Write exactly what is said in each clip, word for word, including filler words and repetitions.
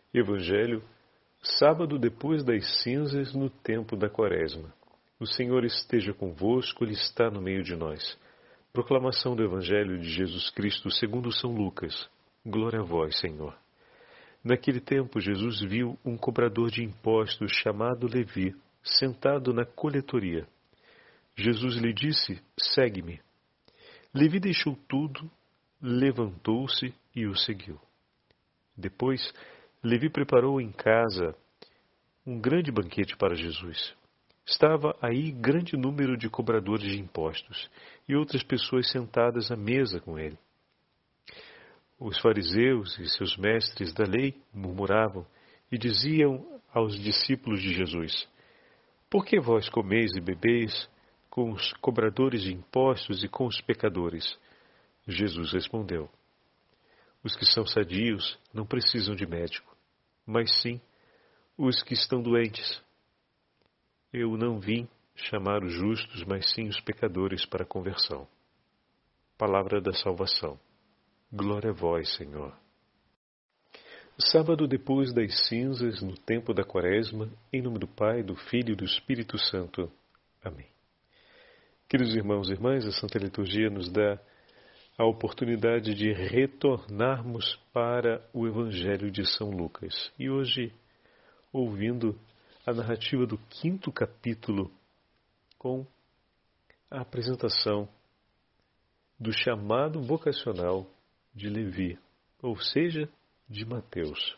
Evangelho, sábado depois das cinzas, no tempo da Quaresma. O Senhor esteja convosco, Ele está no meio de nós. Proclamação do Evangelho de Jesus Cristo segundo São Lucas. Glória a vós, Senhor. Naquele tempo, Jesus viu um cobrador de impostos chamado Levi, sentado na coletoria. Jesus lhe disse: segue-me. Levi deixou tudo, levantou-se e o seguiu. Depois, Levi preparou em casa um grande banquete para Jesus. Estava aí grande número de cobradores de impostos e outras pessoas sentadas à mesa com ele. Os fariseus e seus mestres da lei murmuravam e diziam aos discípulos de Jesus: por que vós comeis e bebeis com os cobradores de impostos e com os pecadores? Jesus respondeu: os que são sadios não precisam de médico, mas sim os que estão doentes. Eu não vim chamar os justos, mas sim os pecadores para a conversão. Palavra da salvação. Glória a vós, Senhor. Sábado depois das cinzas, no tempo da Quaresma, em nome do Pai, do Filho e do Espírito Santo. Amém. Queridos irmãos e irmãs, a Santa Liturgia nos dá a oportunidade de retornarmos para o Evangelho de São Lucas. E hoje, ouvindo a narrativa do quinto capítulo, com a apresentação do chamado vocacional de Levi, ou seja, de Mateus.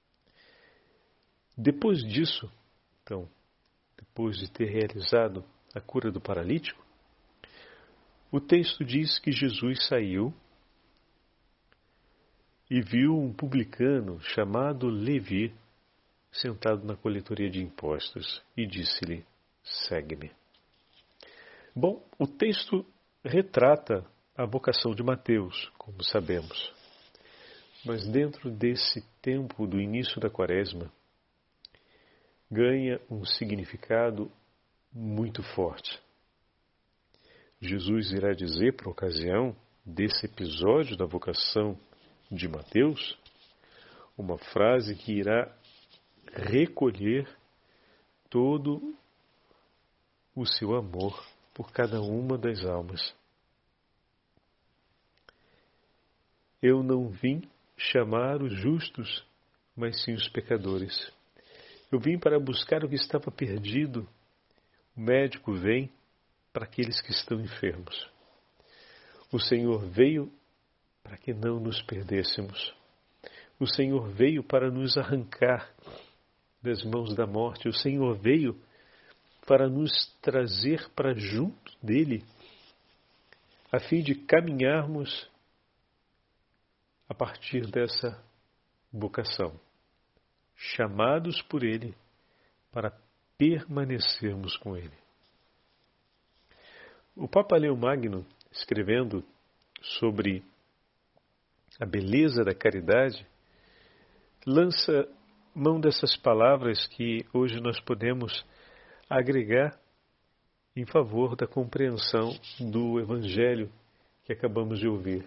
Depois disso, então, depois de ter realizado a cura do paralítico, o texto diz que Jesus saiu e viu um publicano chamado Levi sentado na coletoria de impostos e disse-lhe: segue-me. Bom, o texto retrata a vocação de Mateus, como sabemos. Mas dentro desse tempo do início da Quaresma, ganha um significado muito forte. Jesus irá dizer, por ocasião desse episódio da vocação de Mateus, uma frase que irá recolher todo o seu amor por cada uma das almas. Eu não vim chamar os justos, mas sim os pecadores. Eu vim para buscar o que estava perdido. O médico vem para aqueles que estão enfermos. O Senhor veio para que não nos perdêssemos. O Senhor veio para nos arrancar das mãos da morte. O Senhor veio para nos trazer para junto dele, a fim de caminharmos a partir dessa vocação, chamados por ele para permanecermos com ele. O Papa Leão Magno, escrevendo sobre a beleza da caridade, lança mão dessas palavras que hoje nós podemos agregar em favor da compreensão do Evangelho que acabamos de ouvir.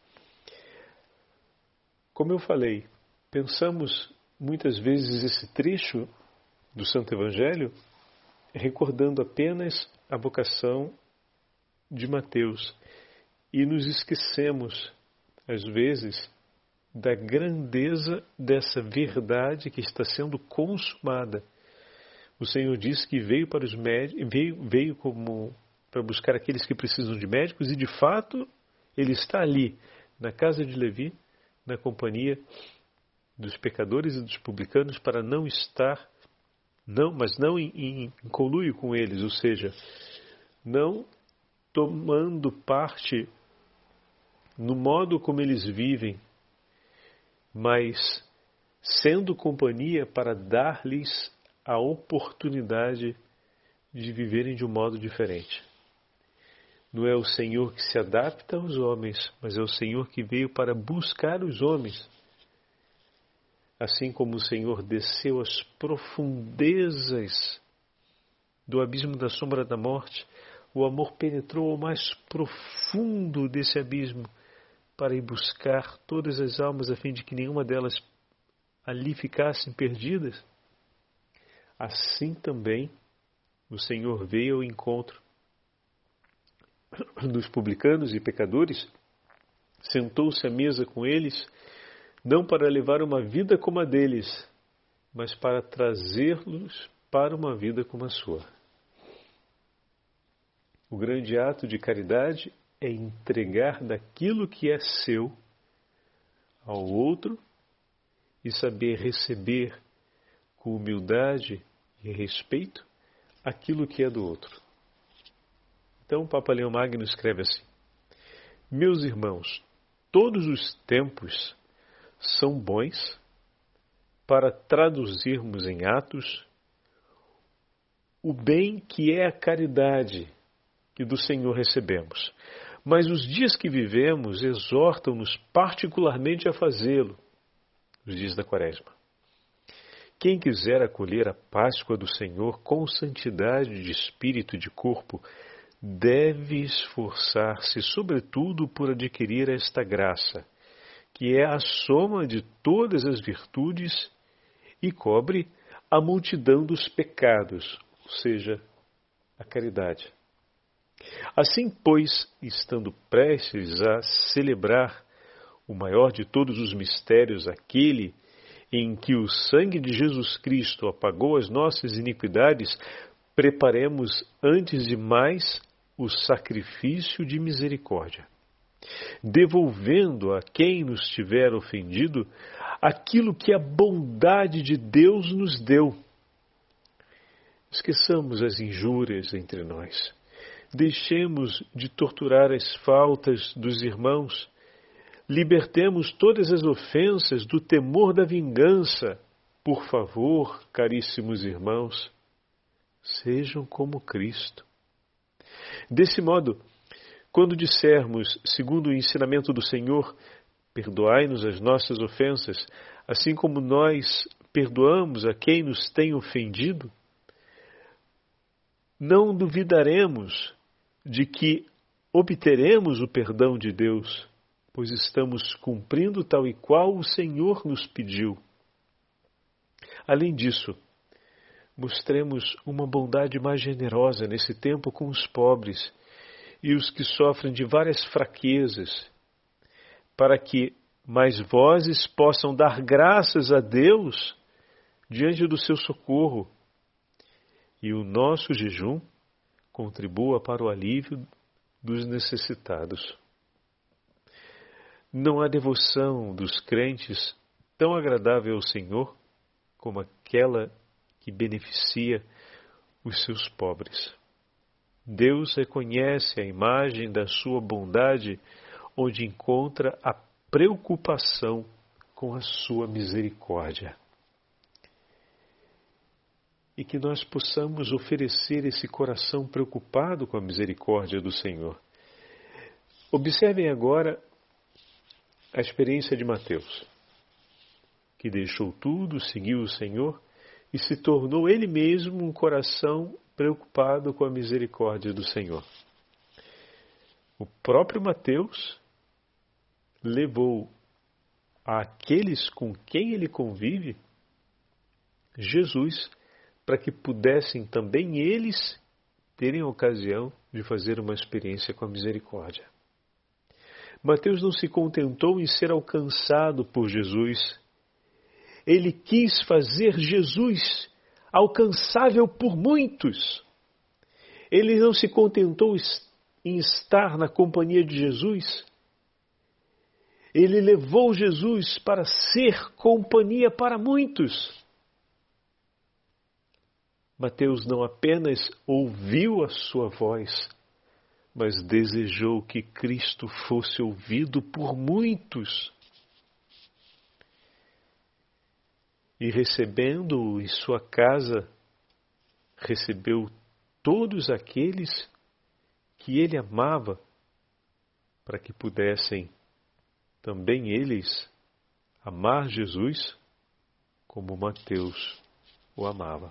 Como eu falei, pensamos muitas vezes esse trecho do Santo Evangelho recordando apenas a vocação de Mateus e nos esquecemos, às vezes, da grandeza dessa verdade que está sendo consumada. O Senhor disse que veio para os médicos, veio, veio como para buscar aqueles que precisam de médicos e, de fato, Ele está ali, na casa de Levi, na companhia dos pecadores e dos publicanos, para não estar, não, mas não em, em, em conluio com eles, ou seja, não tomando parte no modo como eles vivem, mas sendo companhia para dar-lhes a oportunidade de viverem de um modo diferente. Não é o Senhor que se adapta aos homens, mas é o Senhor que veio para buscar os homens. Assim como o Senhor desceu às profundezas do abismo da sombra da morte, o amor penetrou ao mais profundo desse abismo para ir buscar todas as almas a fim de que nenhuma delas ali ficassem perdidas. Assim também o Senhor veio ao encontro dos publicanos e pecadores, sentou-se à mesa com eles, não para levar uma vida como a deles, mas para trazê-los para uma vida como a sua. O grande ato de caridade é entregar daquilo que é seu ao outro e saber receber com humildade e respeito aquilo que é do outro. Então o Papa Leão Magno escreve assim: meus irmãos, todos os tempos são bons para traduzirmos em atos o bem que é a caridade que do Senhor recebemos. Mas os dias que vivemos exortam-nos particularmente a fazê-lo, os dias da Quaresma. Quem quiser acolher a Páscoa do Senhor com santidade de espírito e de corpo, deve esforçar-se, sobretudo, por adquirir esta graça, que é a soma de todas as virtudes e cobre a multidão dos pecados, ou seja, a caridade. Assim, pois, estando prestes a celebrar o maior de todos os mistérios, aquele em que o sangue de Jesus Cristo apagou as nossas iniquidades, preparemos antes de mais o sacrifício de misericórdia, devolvendo a quem nos tiver ofendido aquilo que a bondade de Deus nos deu. Esqueçamos as injúrias entre nós. Deixemos de torturar as faltas dos irmãos. Libertemos todas as ofensas do temor da vingança. Por favor, caríssimos irmãos, sejam como Cristo. Desse modo, quando dissermos, segundo o ensinamento do Senhor, perdoai-nos as nossas ofensas, assim como nós perdoamos a quem nos tem ofendido, não duvidaremos de que obteremos o perdão de Deus, pois estamos cumprindo tal e qual o Senhor nos pediu. Além disso, mostremos uma bondade mais generosa nesse tempo com os pobres e os que sofrem de várias fraquezas, para que mais vozes possam dar graças a Deus diante do seu socorro e o nosso jejum contribua para o alívio dos necessitados. Não há devoção dos crentes tão agradável ao Senhor como aquela que beneficia os seus pobres. Deus reconhece a imagem da sua bondade onde encontra a preocupação com a sua misericórdia. E que nós possamos oferecer esse coração preocupado com a misericórdia do Senhor. Observem agora a experiência de Mateus, que deixou tudo, seguiu o Senhor e se tornou ele mesmo um coração preocupado com a misericórdia do Senhor. O próprio Mateus levou àqueles com quem ele convive Jesus, para que pudessem também eles terem a ocasião de fazer uma experiência com a misericórdia. Mateus não se contentou em ser alcançado por Jesus. Ele quis fazer Jesus alcançável por muitos. Ele não se contentou em estar na companhia de Jesus. Ele levou Jesus para ser companhia para muitos. Mateus não apenas ouviu a sua voz, mas desejou que Cristo fosse ouvido por muitos. E recebendo-o em sua casa, recebeu todos aqueles que ele amava, para que pudessem também eles amar Jesus como Mateus o amava.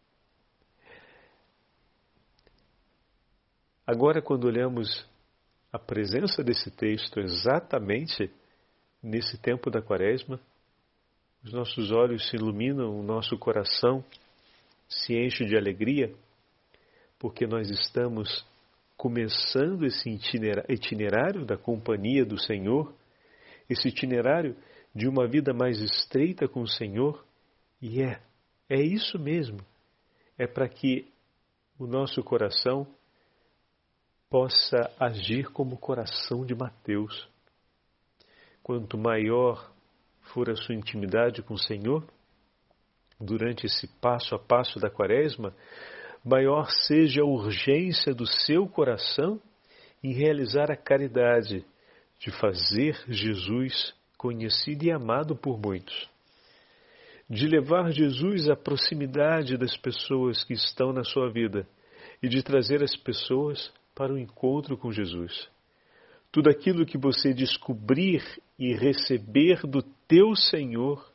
Agora, quando olhamos a presença desse texto exatamente nesse tempo da Quaresma, os nossos olhos se iluminam, o nosso coração se enche de alegria, porque nós estamos começando esse itinerário da companhia do Senhor, esse itinerário de uma vida mais estreita com o Senhor, e é, é isso mesmo, é para que o nosso coração possa agir como o coração de Mateus. Quanto maior for a sua intimidade com o Senhor, durante esse passo a passo da Quaresma, maior seja a urgência do seu coração em realizar a caridade de fazer Jesus conhecido e amado por muitos, de levar Jesus à proximidade das pessoas que estão na sua vida e de trazer as pessoas para o encontro com Jesus. Tudo aquilo que você descobrir e receber do teu Senhor,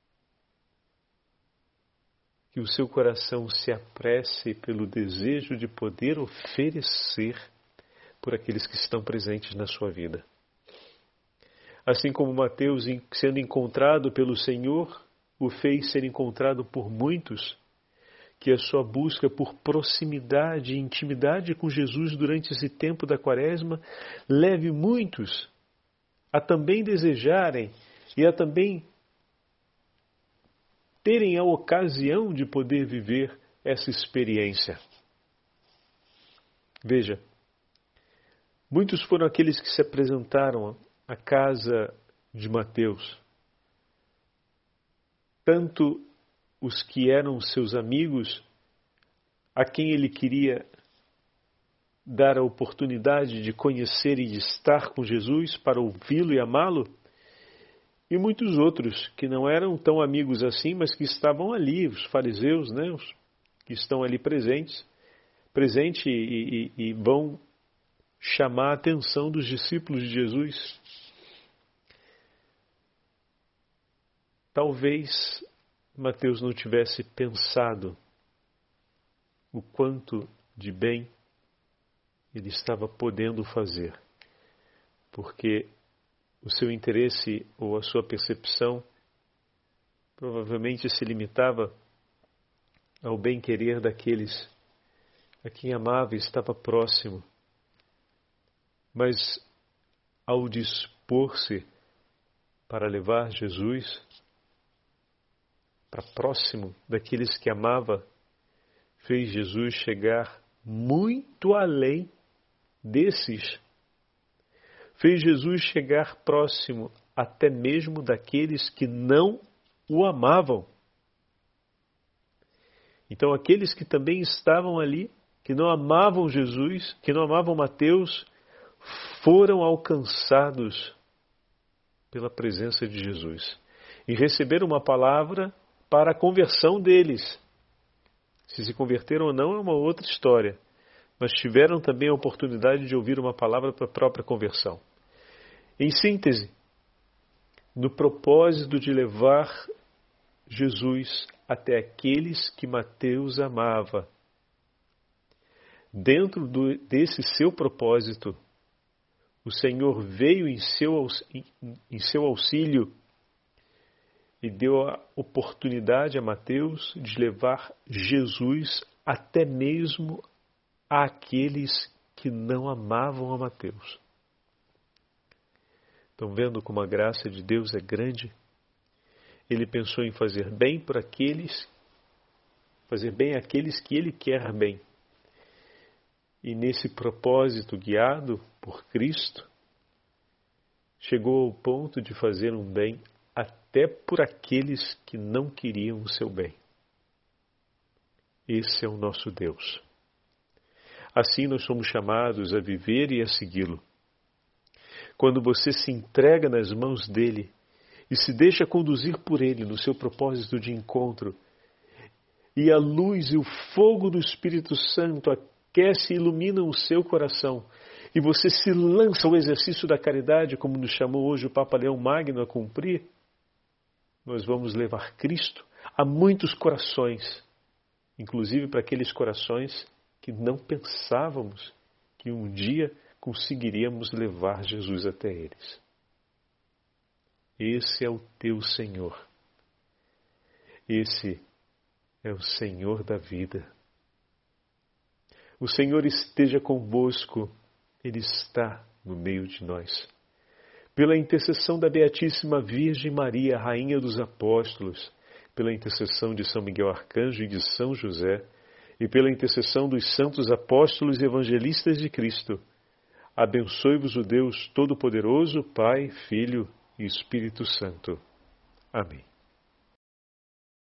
que o seu coração se apresse pelo desejo de poder oferecer por aqueles que estão presentes na sua vida. Assim como Mateus, sendo encontrado pelo Senhor, o fez ser encontrado por muitos, que a sua busca por proximidade e intimidade com Jesus durante esse tempo da Quaresma leve muitos a também desejarem e a também terem a ocasião de poder viver essa experiência. Veja, muitos foram aqueles que se apresentaram à casa de Mateus. Tanto os que eram seus amigos, a quem ele queria dar a oportunidade de conhecer e de estar com Jesus para ouvi-lo e amá-lo, e muitos outros que não eram tão amigos assim, mas que estavam ali, os fariseus, né, os que estão ali presentes, presente e, e, e vão chamar a atenção dos discípulos de Jesus. Talvez Mateus não tivesse pensado o quanto de bem ele estava podendo fazer, porque o seu interesse ou a sua percepção provavelmente se limitava ao bem-querer daqueles a quem amava e estava próximo. Mas ao dispor-se para levar Jesus para próximo daqueles que amava, fez Jesus chegar muito além desses. Fez Jesus chegar próximo até mesmo daqueles que não o amavam. Então aqueles que também estavam ali, que não amavam Jesus, que não amavam Mateus, foram alcançados pela presença de Jesus e receberam uma palavra para a conversão deles. Se se converteram ou não é uma outra história, mas tiveram também a oportunidade de ouvir uma palavra para a própria conversão. Em síntese, no propósito de levar Jesus até aqueles que Mateus amava, dentro do, desse seu propósito, o Senhor veio em seu, em, em seu auxílio e deu a oportunidade a Mateus de levar Jesus até mesmo àqueles que não amavam a Mateus. Estão vendo como a graça de Deus é grande? Ele pensou em fazer bem por aqueles, fazer bem àqueles que Ele quer bem. E nesse propósito guiado por Cristo, chegou ao ponto de fazer um bem até por aqueles que não queriam o seu bem. Esse é o nosso Deus. Assim nós somos chamados a viver e a segui-lo. Quando você se entrega nas mãos dele e se deixa conduzir por ele no seu propósito de encontro, e a luz e o fogo do Espírito Santo aquece e iluminam o seu coração, e você se lança ao exercício da caridade, como nos chamou hoje o Papa Leão Magno a cumprir, nós vamos levar Cristo a muitos corações, inclusive para aqueles corações que não pensávamos que um dia conseguiríamos levar Jesus até eles. Esse é o teu Senhor. Esse é o Senhor da vida. O Senhor esteja convosco, Ele está no meio de nós. Pela intercessão da Beatíssima Virgem Maria, Rainha dos Apóstolos, pela intercessão de São Miguel Arcanjo e de São José, e pela intercessão dos santos apóstolos e evangelistas de Cristo, abençoe-vos o Deus Todo-Poderoso, Pai, Filho e Espírito Santo. Amém.